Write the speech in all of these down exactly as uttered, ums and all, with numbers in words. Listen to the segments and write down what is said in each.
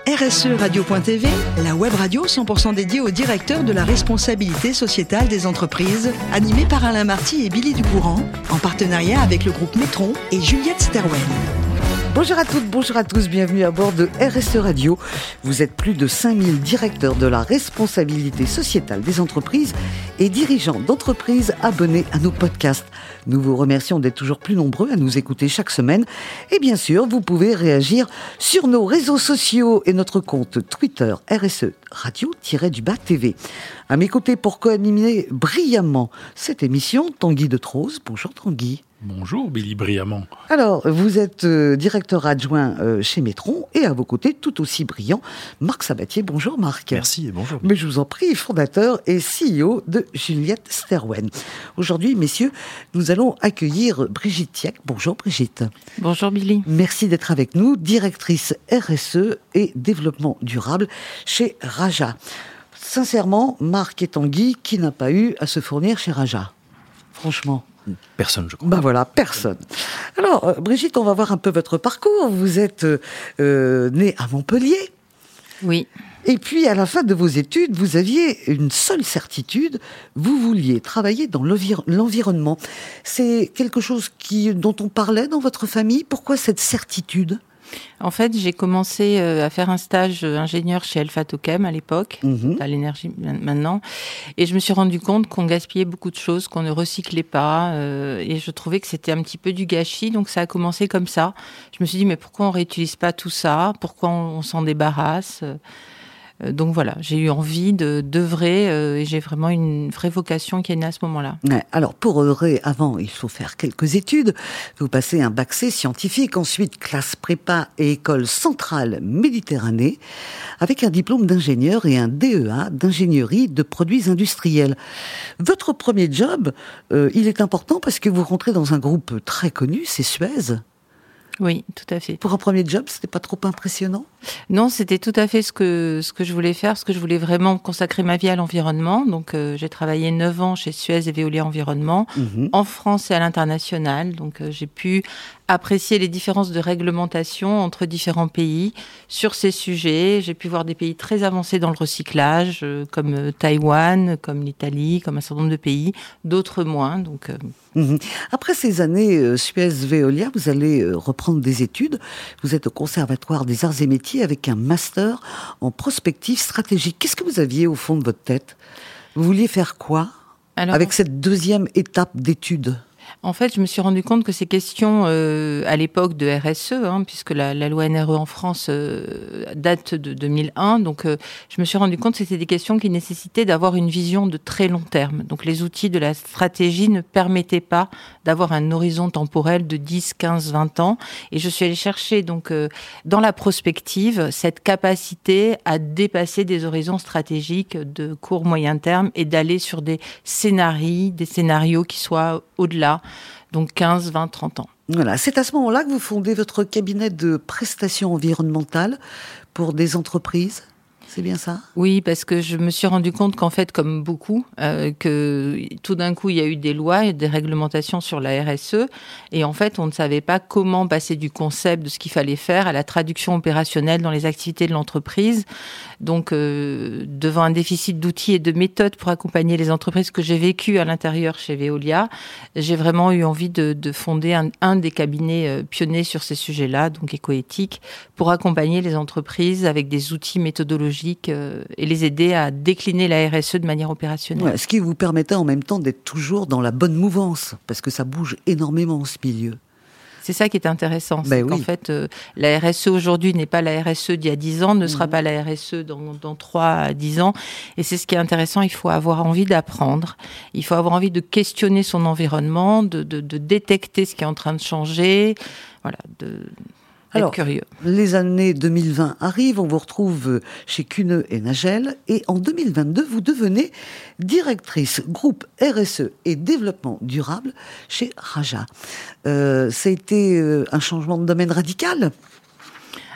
R S E Radio point T V, la web radio cent pour cent dédiée au directeur de la responsabilité sociétale des entreprises, animée par Alain Marty et Billy Ducourant, en partenariat avec le groupe Metron et Juliette Sterwen. Bonjour à toutes, bonjour à tous, bienvenue à bord de R S E Radio. Vous êtes plus de cinq mille directeurs de la responsabilité sociétale des entreprises et dirigeants d'entreprises abonnés à nos podcasts. Nous vous remercions d'être toujours plus nombreux à nous écouter chaque semaine. Et bien sûr, vous pouvez réagir sur nos réseaux sociaux et notre compte Twitter R S E Radio-du-bas T V. À mes côtés pour co-animer brillamment cette émission, Tanguy de Trose. Bonjour Tanguy. Bonjour Billy Brillamment. Alors, vous êtes euh, directeur adjoint euh, chez Metron et à vos côtés, tout aussi brillant, Marc Sabatier. Bonjour Marc. Merci et bonjour. Mais je vous en prie, fondateur et C E O de Juliette Sterwen. Aujourd'hui, messieurs, nous allons accueillir Brigitte Tiec. Bonjour Brigitte. Bonjour Billy. Merci d'être avec nous, directrice R S E et développement durable chez Raja. Sincèrement, Marc et Tanguy, qui n'a pas eu à se fournir chez Raja? Franchement. Personne, je crois. Ben voilà, personne. Alors, euh, Brigitte, on va voir un peu votre parcours. Vous êtes euh, née à Montpellier. Oui. Et puis, à la fin de vos études, vous aviez une seule certitude. Vous vouliez travailler dans l'envir- l'environnement. C'est quelque chose qui, dont on parlait dans votre famille. Pourquoi cette certitude ? En fait, j'ai commencé à faire un stage ingénieur chez Alpha Tochem à l'époque, mmh. à l'énergie maintenant, et je me suis rendu compte qu'on gaspillait beaucoup de choses, qu'on ne recyclait pas, euh, et je trouvais que c'était un petit peu du gâchis, donc ça a commencé comme ça. Je me suis dit, mais pourquoi on réutilise pas tout ça ? Pourquoi on, on s'en débarrasse ? Donc voilà, j'ai eu envie de, d'œuvrer euh, et j'ai vraiment une vraie vocation qui est née à ce moment-là. Ouais, alors pour œuvrer, avant, il faut faire quelques études. Vous passez un bac C scientifique, ensuite classe prépa et école centrale Méditerranée, avec un diplôme d'ingénieur et un D E A d'ingénierie de produits industriels. Votre premier job, euh, il est important parce que vous rentrez dans un groupe très connu, c'est Suez. Oui, tout à fait. Pour un premier job, c'était pas trop impressionnant ? Non, c'était tout à fait ce que ce que je voulais faire, parce que je voulais vraiment consacrer ma vie à l'environnement. Donc, euh, j'ai travaillé neuf ans chez Suez et Veolia Environnement, mmh. en France et à l'international. Donc, euh, j'ai pu apprécier les différences de réglementation entre différents pays sur ces sujets. J'ai pu voir des pays très avancés dans le recyclage, euh, comme euh, Taïwan, comme l'Italie, comme un certain nombre de pays, d'autres moins. Donc, euh... mmh. Après ces années euh, Suez-Veolia, vous allez euh, reprendre des études. Vous êtes au Conservatoire des Arts et Métiers avec un master en prospective stratégique. Qu'est-ce que vous aviez au fond de votre tête ? Vous vouliez faire quoi Alors, avec cette deuxième étape d'études ? En fait, je me suis rendu compte que ces questions, euh, à l'époque de R S E, hein, puisque la, la loi N R E en France euh, date de deux mille un, donc euh, je me suis rendu compte que c'était des questions qui nécessitaient d'avoir une vision de très long terme. Donc les outils de la stratégie ne permettaient pas d'avoir un horizon temporel de dix, quinze, vingt ans. Et je suis allée chercher donc euh, dans la prospective cette capacité à dépasser des horizons stratégiques de court, moyen terme et d'aller sur des scénarios, des scénarios qui soient au-delà. Donc quinze, vingt, trente ans. Voilà, c'est à ce moment-là que vous fondez votre cabinet de prestations environnementales pour des entreprises. C'est bien ça ? Oui, parce que je me suis rendu compte qu'en fait, comme beaucoup, euh, que tout d'un coup, il y a eu des lois et des réglementations sur la R S E. Et en fait, on ne savait pas comment passer du concept de ce qu'il fallait faire à la traduction opérationnelle dans les activités de l'entreprise. Donc, euh, devant un déficit d'outils et de méthodes pour accompagner les entreprises que j'ai vécues à l'intérieur chez Veolia, j'ai vraiment eu envie de, de fonder un, un des cabinets euh, pionniers sur ces sujets-là, donc écoéthique, pour accompagner les entreprises avec des outils méthodologiques et les aider à décliner la R S E de manière opérationnelle. Ouais, ce qui vous permettait en même temps d'être toujours dans la bonne mouvance, parce que ça bouge énormément ce milieu. C'est ça qui est intéressant, ben c'est oui. qu'en fait, euh, la R S E aujourd'hui n'est pas la R S E d'il y a dix ans, ne sera mmh. pas la R S E dans, dans trois à dix ans, et c'est ce qui est intéressant, il faut avoir envie d'apprendre, il faut avoir envie de questionner son environnement, de, de, de détecter ce qui est en train de changer, voilà, de... Alors, curieux. Les années deux mille vingt arrivent, on vous retrouve chez Cuneux et Nagel, et en deux mille vingt-deux, vous devenez directrice groupe R S E et développement durable chez Raja. Euh, ça a été un changement de domaine radical ?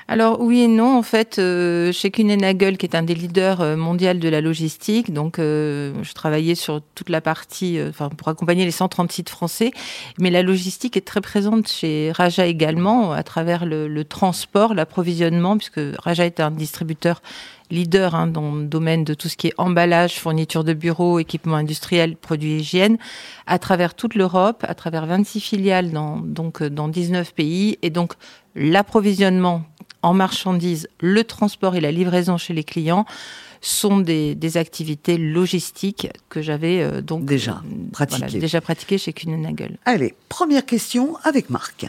Alors oui et non, en fait, euh, chez Kuehne + Nagel, qui est un des leaders euh, mondiaux de la logistique, donc euh, je travaillais sur toute la partie, euh, enfin pour accompagner les cent trente sites français, mais la logistique est très présente chez Raja également, à travers le, le transport, l'approvisionnement, puisque Raja est un distributeur leader hein, dans le domaine de tout ce qui est emballage, fourniture de bureaux, équipements industriels, produits hygiène, à travers toute l'Europe, à travers vingt-six filiales dans, donc, dans dix-neuf pays. Et donc, l'approvisionnement en marchandises, le transport et la livraison chez les clients sont des, des activités logistiques que j'avais euh, donc déjà euh, pratiquées. Voilà, déjà pratiquées chez Kuehne + Nagel. Allez, première question avec Marc.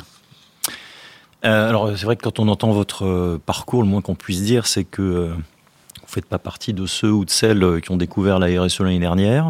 Euh, alors, c'est vrai que quand on entend votre euh, parcours, le moins qu'on puisse dire, c'est que euh, vous ne faites pas partie de ceux ou de celles qui ont découvert la R S E l'année dernière.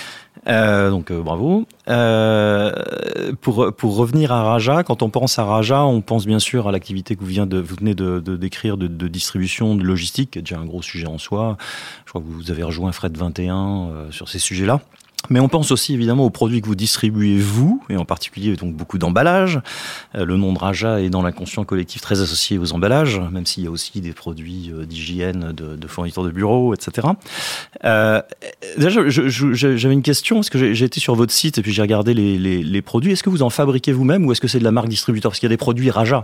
Euh, donc, euh, bravo. Euh, pour, pour revenir à Raja, quand on pense à Raja, on pense bien sûr à l'activité que vous, vient de, vous venez de, de décrire de, de distribution, de logistique, qui est déjà un gros sujet en soi. Je crois que vous avez rejoint Fret vingt et un euh, sur ces sujets-là. Mais on pense aussi évidemment aux produits que vous distribuez vous, et en particulier donc beaucoup d'emballages. Euh, le nom de Raja est dans l'inconscient collectif très associé aux emballages, même s'il y a aussi des produits euh, d'hygiène, de, de fournitures de bureaux, et cetera. Euh, déjà, je, je, j'avais une question, parce que j'ai, j'ai été sur votre site et puis j'ai regardé les, les, les produits. Est-ce que vous en fabriquez vous-même ou est-ce que c'est de la marque distributeur ? Parce qu'il y a des produits Raja.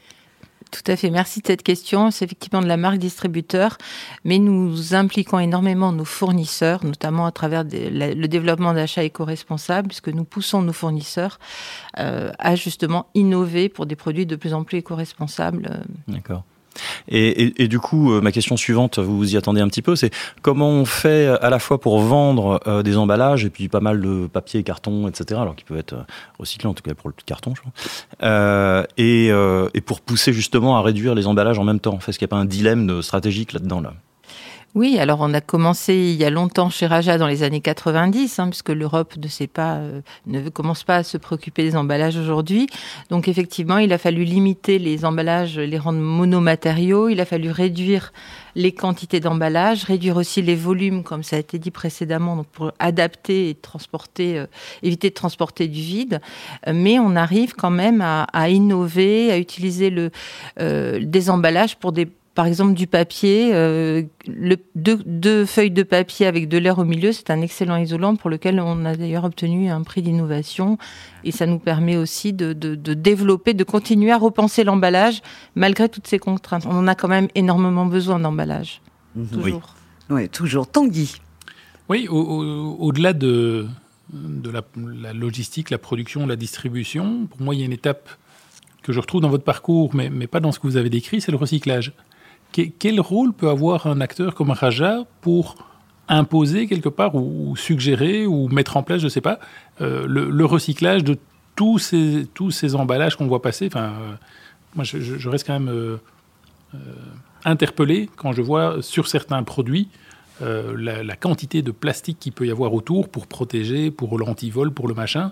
Tout à fait, merci de cette question. C'est effectivement de la marque distributeur, mais nous impliquons énormément nos fournisseurs, notamment à travers des, la, le développement d'achats éco-responsables, puisque nous poussons nos fournisseurs euh, à justement innover pour des produits de plus en plus éco-responsables. D'accord. Et, et, et du coup, euh, ma question suivante, vous vous y attendez un petit peu, c'est comment on fait à la fois pour vendre euh, des emballages et puis pas mal de papier, carton, et cetera, alors qui peuvent être recyclés, en tout cas pour le carton, je crois, euh, et, euh, et pour pousser justement à réduire les emballages en même temps. Est-ce qu'il n'y a pas un dilemme stratégique là-dedans là ? Oui, alors on a commencé il y a longtemps chez Raja dans les années quatre-vingt-dix, hein, puisque l'Europe ne sait pas, euh, ne commence pas à se préoccuper des emballages aujourd'hui. Donc effectivement, il a fallu limiter les emballages, les rendre monomatériaux. Il a fallu réduire les quantités d'emballages, réduire aussi les volumes, comme ça a été dit précédemment, donc pour adapter et transporter, euh, éviter de transporter du vide. Mais on arrive quand même à, à innover, à utiliser le, euh, des emballages pour des Par exemple, du papier, euh, le, deux, deux feuilles de papier avec de l'air au milieu, c'est un excellent isolant pour lequel on a d'ailleurs obtenu un prix d'innovation. Et ça nous permet aussi de, de, de développer, de continuer à repenser l'emballage malgré toutes ces contraintes. On en a quand même énormément besoin d'emballage, mmh, toujours. Oui, oui, toujours. Tanguy. Oui, au, au, au-delà de, de la, la logistique, la production, la distribution, pour moi, il y a une étape que je retrouve dans votre parcours, mais, mais pas dans ce que vous avez décrit, c'est le recyclage. Quel rôle peut avoir un acteur comme Raja pour imposer quelque part ou, ou suggérer ou mettre en place, je ne sais pas, euh, le, le recyclage de tous ces, tous ces emballages qu'on voit passer. Enfin, euh, moi, je, je reste quand même euh, euh, interpellé quand je vois sur certains produits euh, la, la quantité de plastique qu'il peut y avoir autour pour protéger, pour l'antivol, pour le machin,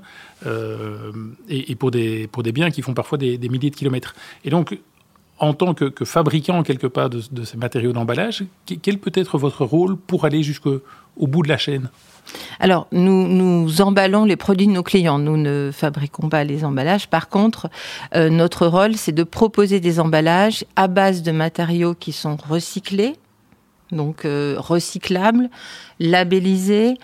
euh, et, et pour, des, pour des biens qui font parfois des, des milliers de kilomètres. Et donc, en tant que, que fabricant, quelque part, de, de ces matériaux d'emballage, quel peut être votre rôle pour aller jusqu'au au bout de la chaîne ? Alors, nous, nous emballons les produits de nos clients. Nous ne fabriquons pas les emballages. Par contre, euh, notre rôle, c'est de proposer des emballages à base de matériaux qui sont recyclés, donc euh, recyclables, labellisés,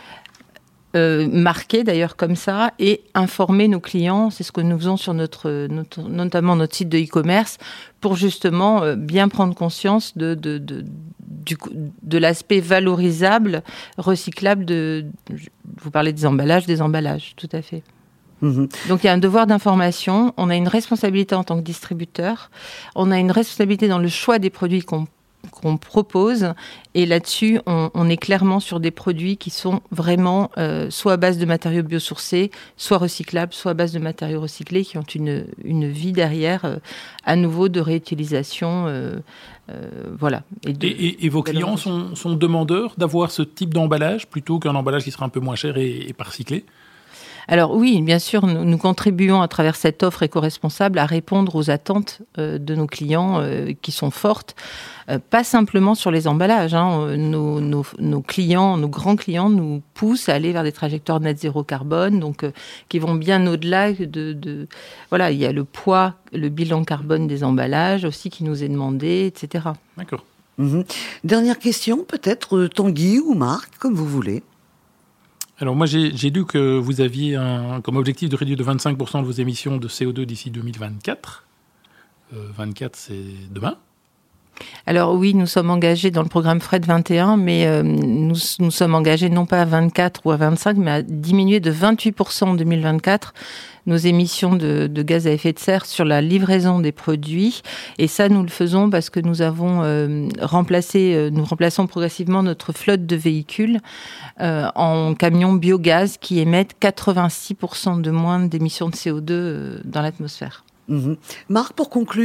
Euh, marquer d'ailleurs comme ça et informer nos clients. C'est ce que nous faisons sur notre, notre notamment notre site de e-commerce pour justement euh, bien prendre conscience de, de, de, du, de l'aspect valorisable, recyclable de, vous parlez des emballages, des emballages, tout à fait. Mmh. Donc il y a un devoir d'information, on a une responsabilité en tant que distributeur, on a une responsabilité dans le choix des produits qu'on qu'on propose, et là-dessus on, on est clairement sur des produits qui sont vraiment euh, soit à base de matériaux biosourcés, soit recyclables, soit à base de matériaux recyclés qui ont une, une vie derrière euh, à nouveau de réutilisation, euh, euh, voilà. Et, de, et, et, et vos clients sont, sont demandeurs d'avoir ce type d'emballage plutôt qu'un emballage qui sera un peu moins cher et, et pas recyclé ? Alors oui, bien sûr, nous, nous contribuons à travers cette offre éco-responsable à répondre aux attentes euh, de nos clients euh, qui sont fortes. Euh, pas simplement sur les emballages. Hein. Nos, nos, nos clients, nos grands clients nous poussent à aller vers des trajectoires net zéro carbone, donc euh, qui vont bien au-delà de, de... Voilà, il y a le poids, le bilan carbone des emballages aussi qui nous est demandé, et cetera. D'accord. Mmh. Dernière question, peut-être Tanguy ou Marc, comme vous voulez. Alors moi, j'ai, j'ai lu que vous aviez un, comme objectif de réduire de vingt-cinq pour cent de vos émissions de C O deux d'ici deux mille vingt-quatre. Euh, vingt-quatre, c'est demain. Alors oui, nous sommes engagés dans le programme Fret vingt et un, mais euh, nous, nous sommes engagés non pas à vingt-quatre ou à vingt-cinq, mais à diminuer de vingt-huit pour cent en deux mille vingt-quatre nos émissions de, de gaz à effet de serre sur la livraison des produits. Et ça, nous le faisons parce que nous avons euh, remplacé, euh, nous remplaçons progressivement notre flotte de véhicules euh, en camions biogaz qui émettent quatre-vingt-six pour cent de moins d'émissions de C O deux euh, dans l'atmosphère. Mmh. Marc, pour conclure ?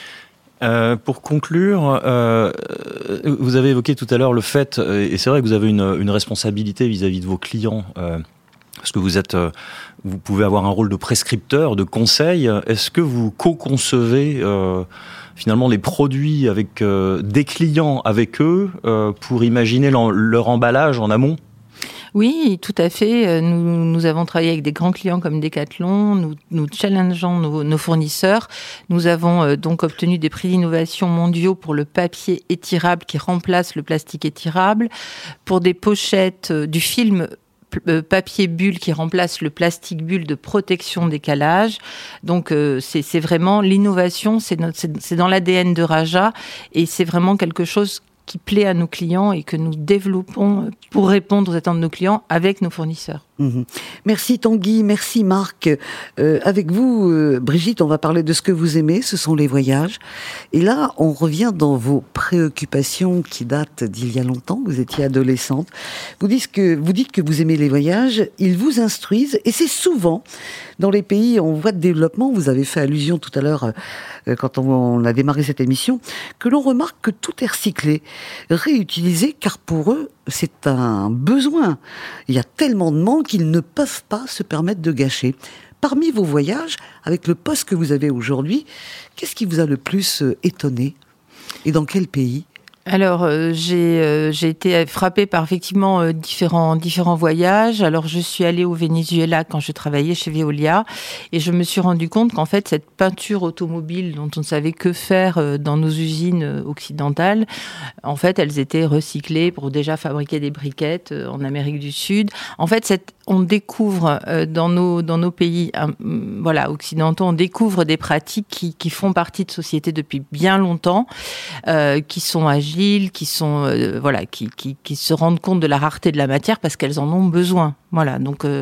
Euh, pour conclure, euh, vous avez évoqué tout à l'heure le fait, et c'est vrai que vous avez une, une responsabilité vis-à-vis de vos clients, euh, parce que vous êtes, vous pouvez avoir un rôle de prescripteur, de conseil. Est-ce que vous co-concevez euh, finalement les produits avec euh, des clients avec eux euh, pour imaginer leur, leur emballage en amont ? Oui, tout à fait. Nous, nous avons travaillé avec des grands clients comme Decathlon. Nous, nous challengeons nos, nos fournisseurs. Nous avons euh, donc obtenu des prix d'innovation mondiaux pour le papier étirable qui remplace le plastique étirable, pour des pochettes euh, du film euh, papier bulle qui remplace le plastique bulle de protection des calages. Donc euh, c'est, c'est vraiment l'innovation, c'est, notre, c'est, c'est dans l'A D N de Raja et c'est vraiment quelque chose qui plaît à nos clients et que nous développons pour répondre aux attentes de nos clients avec nos fournisseurs. Mmh. Merci Tanguy, merci Marc. Euh, avec vous, euh, Brigitte, on va parler de ce que vous aimez, ce sont les voyages. Et là, on revient dans vos préoccupations qui datent d'il y a longtemps, vous étiez adolescente. Vous dites que vous, dites que vous aimez les voyages, ils vous instruisent, et c'est souvent dans les pays en voie de développement, vous avez fait allusion tout à l'heure, euh, quand on a démarré cette émission, que l'on remarque que tout est recyclé, réutilisé, car pour eux, c'est un besoin. Il y a tellement de monde qu'ils ne peuvent pas se permettre de gâcher. Parmi vos voyages, avec le poste que vous avez aujourd'hui, qu'est-ce qui vous a le plus étonné ? Et dans quel pays ? Alors, euh, j'ai, euh, j'ai été frappée par effectivement euh, différents, différents voyages. Alors, je suis allée au Venezuela quand je travaillais chez Veolia et je me suis rendu compte qu'en fait, cette peinture automobile dont on ne savait que faire euh, dans nos usines euh, occidentales, en fait, elles étaient recyclées pour déjà fabriquer des briquettes euh, en Amérique du Sud. En fait, cette, on découvre euh, dans, nos, dans nos pays euh, voilà, occidentaux, on découvre des pratiques qui, qui font partie de sociétés depuis bien longtemps, euh, qui sont agiles, qui sont euh, voilà qui, qui qui se rendent compte de la rareté de la matière parce qu'elles en ont besoin. Voilà, donc euh,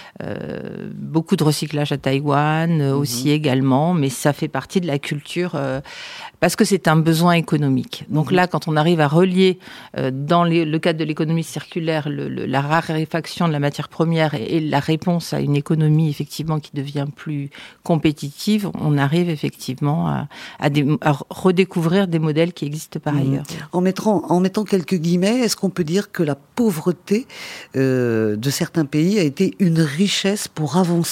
euh, beaucoup de recyclage à Taïwan euh, mmh. aussi également, mais ça fait partie de la culture euh, parce que c'est un besoin économique. Donc mmh. là, quand on arrive à relier euh, dans les, le cadre de l'économie circulaire le, le, la raréfaction de la matière première et, et la réponse à une économie effectivement qui devient plus compétitive, on arrive effectivement à, à, des, à redécouvrir des modèles qui existent par mmh. ailleurs. En mettant, en mettant quelques guillemets, est-ce qu'on peut dire que la pauvreté euh, de certains pays a été une richesse pour avancer ?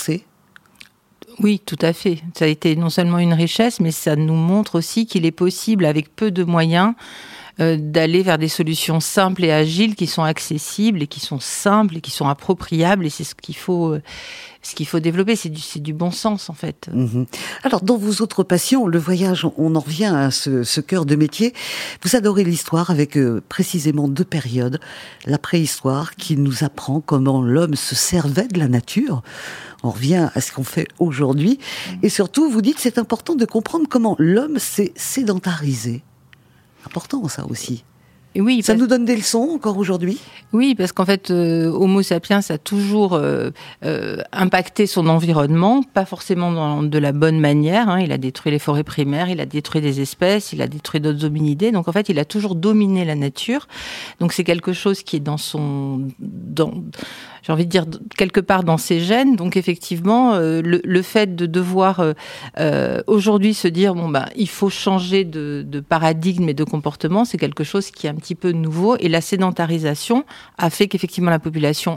Oui, tout à fait. Ça a été non seulement une richesse, mais ça nous montre aussi qu'il est possible, avec peu de moyens, euh, d'aller vers des solutions simples et agiles qui sont accessibles et qui sont simples et qui sont appropriables. Et c'est ce qu'il faut... Euh, Ce qu'il faut développer, c'est du, c'est du bon sens, en fait. Mmh. Alors, dans vos autres passions, le voyage, on en revient à ce, ce cœur de métier. Vous adorez l'histoire avec euh, précisément deux périodes. La préhistoire, qui nous apprend comment l'homme se servait de la nature. On revient à ce qu'on fait aujourd'hui. Mmh. Et surtout, vous dites, c'est important de comprendre comment l'homme s'est sédentarisé. Important, ça aussi. Et oui, ça parce... nous donne des leçons encore aujourd'hui ? Oui, parce qu'en fait, euh, Homo sapiens a toujours euh, euh, impacté son environnement, pas forcément dans, de la bonne manière. Hein. Il a détruit les forêts primaires, il a détruit des espèces, il a détruit d'autres hominidés. Donc en fait, il a toujours dominé la nature. Donc c'est quelque chose qui est dans son... Dans, j'ai envie de dire, quelque part dans ses gènes. Donc effectivement, euh, le, le fait de devoir euh, euh, aujourd'hui se dire, bon, bah, il faut changer de, de paradigme et de comportement, c'est quelque chose qui est un petit peu nouveau. Et la sédentarisation a fait qu'effectivement la population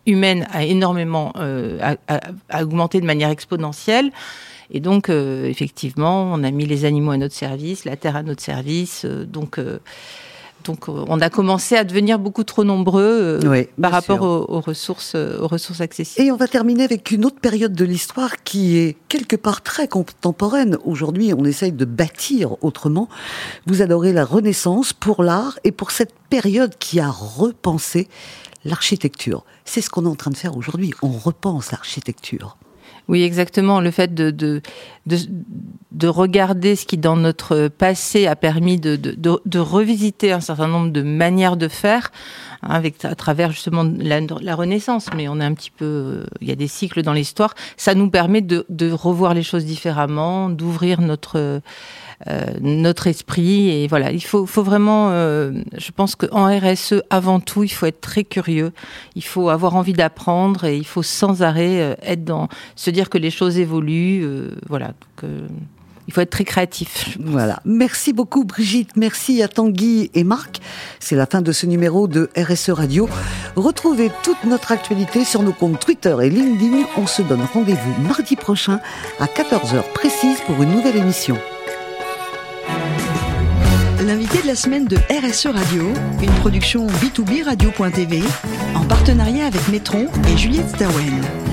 humaine a énormément euh, a, a, a augmenté de manière exponentielle. Et donc, euh, effectivement, on a mis les animaux à notre service, la terre à notre service. Euh, donc, euh, donc, on a commencé à devenir beaucoup trop nombreux euh, oui, par rapport aux, aux, aux, ressources, aux ressources accessibles. Et on va terminer avec une autre période de l'histoire qui est quelque part très contemporaine. Aujourd'hui, on essaye de bâtir autrement. Vous adorez la Renaissance pour l'art et pour cette période qui a repensé l'architecture. C'est ce qu'on est en train de faire aujourd'hui. On repense l'architecture. Oui, exactement. Le fait de, de, de, de regarder ce qui, dans notre passé, a permis de, de, de, de revisiter un certain nombre de manières de faire, hein, avec, à travers justement la, la Renaissance. Mais on est un petit peu... Euh, il y a des cycles dans l'histoire. Ça nous permet de, de revoir les choses différemment, d'ouvrir notre... Euh, notre esprit, et voilà, il faut, faut vraiment, euh, je pense qu'en R S E, avant tout, il faut être très curieux, il faut avoir envie d'apprendre, et il faut sans arrêt euh, être dans, se dire que les choses évoluent, euh, voilà, donc, euh, il faut être très créatif. Voilà, merci beaucoup Brigitte, merci à Tanguy et Marc, c'est la fin de ce numéro de R S E Radio. Retrouvez toute notre actualité sur nos comptes Twitter et LinkedIn, on se donne rendez-vous mardi prochain à quatorze heures précise pour une nouvelle émission. L'invité de la semaine de R S E Radio, une production B deux B radio point T V, en partenariat avec Metron et Juliette Stawen.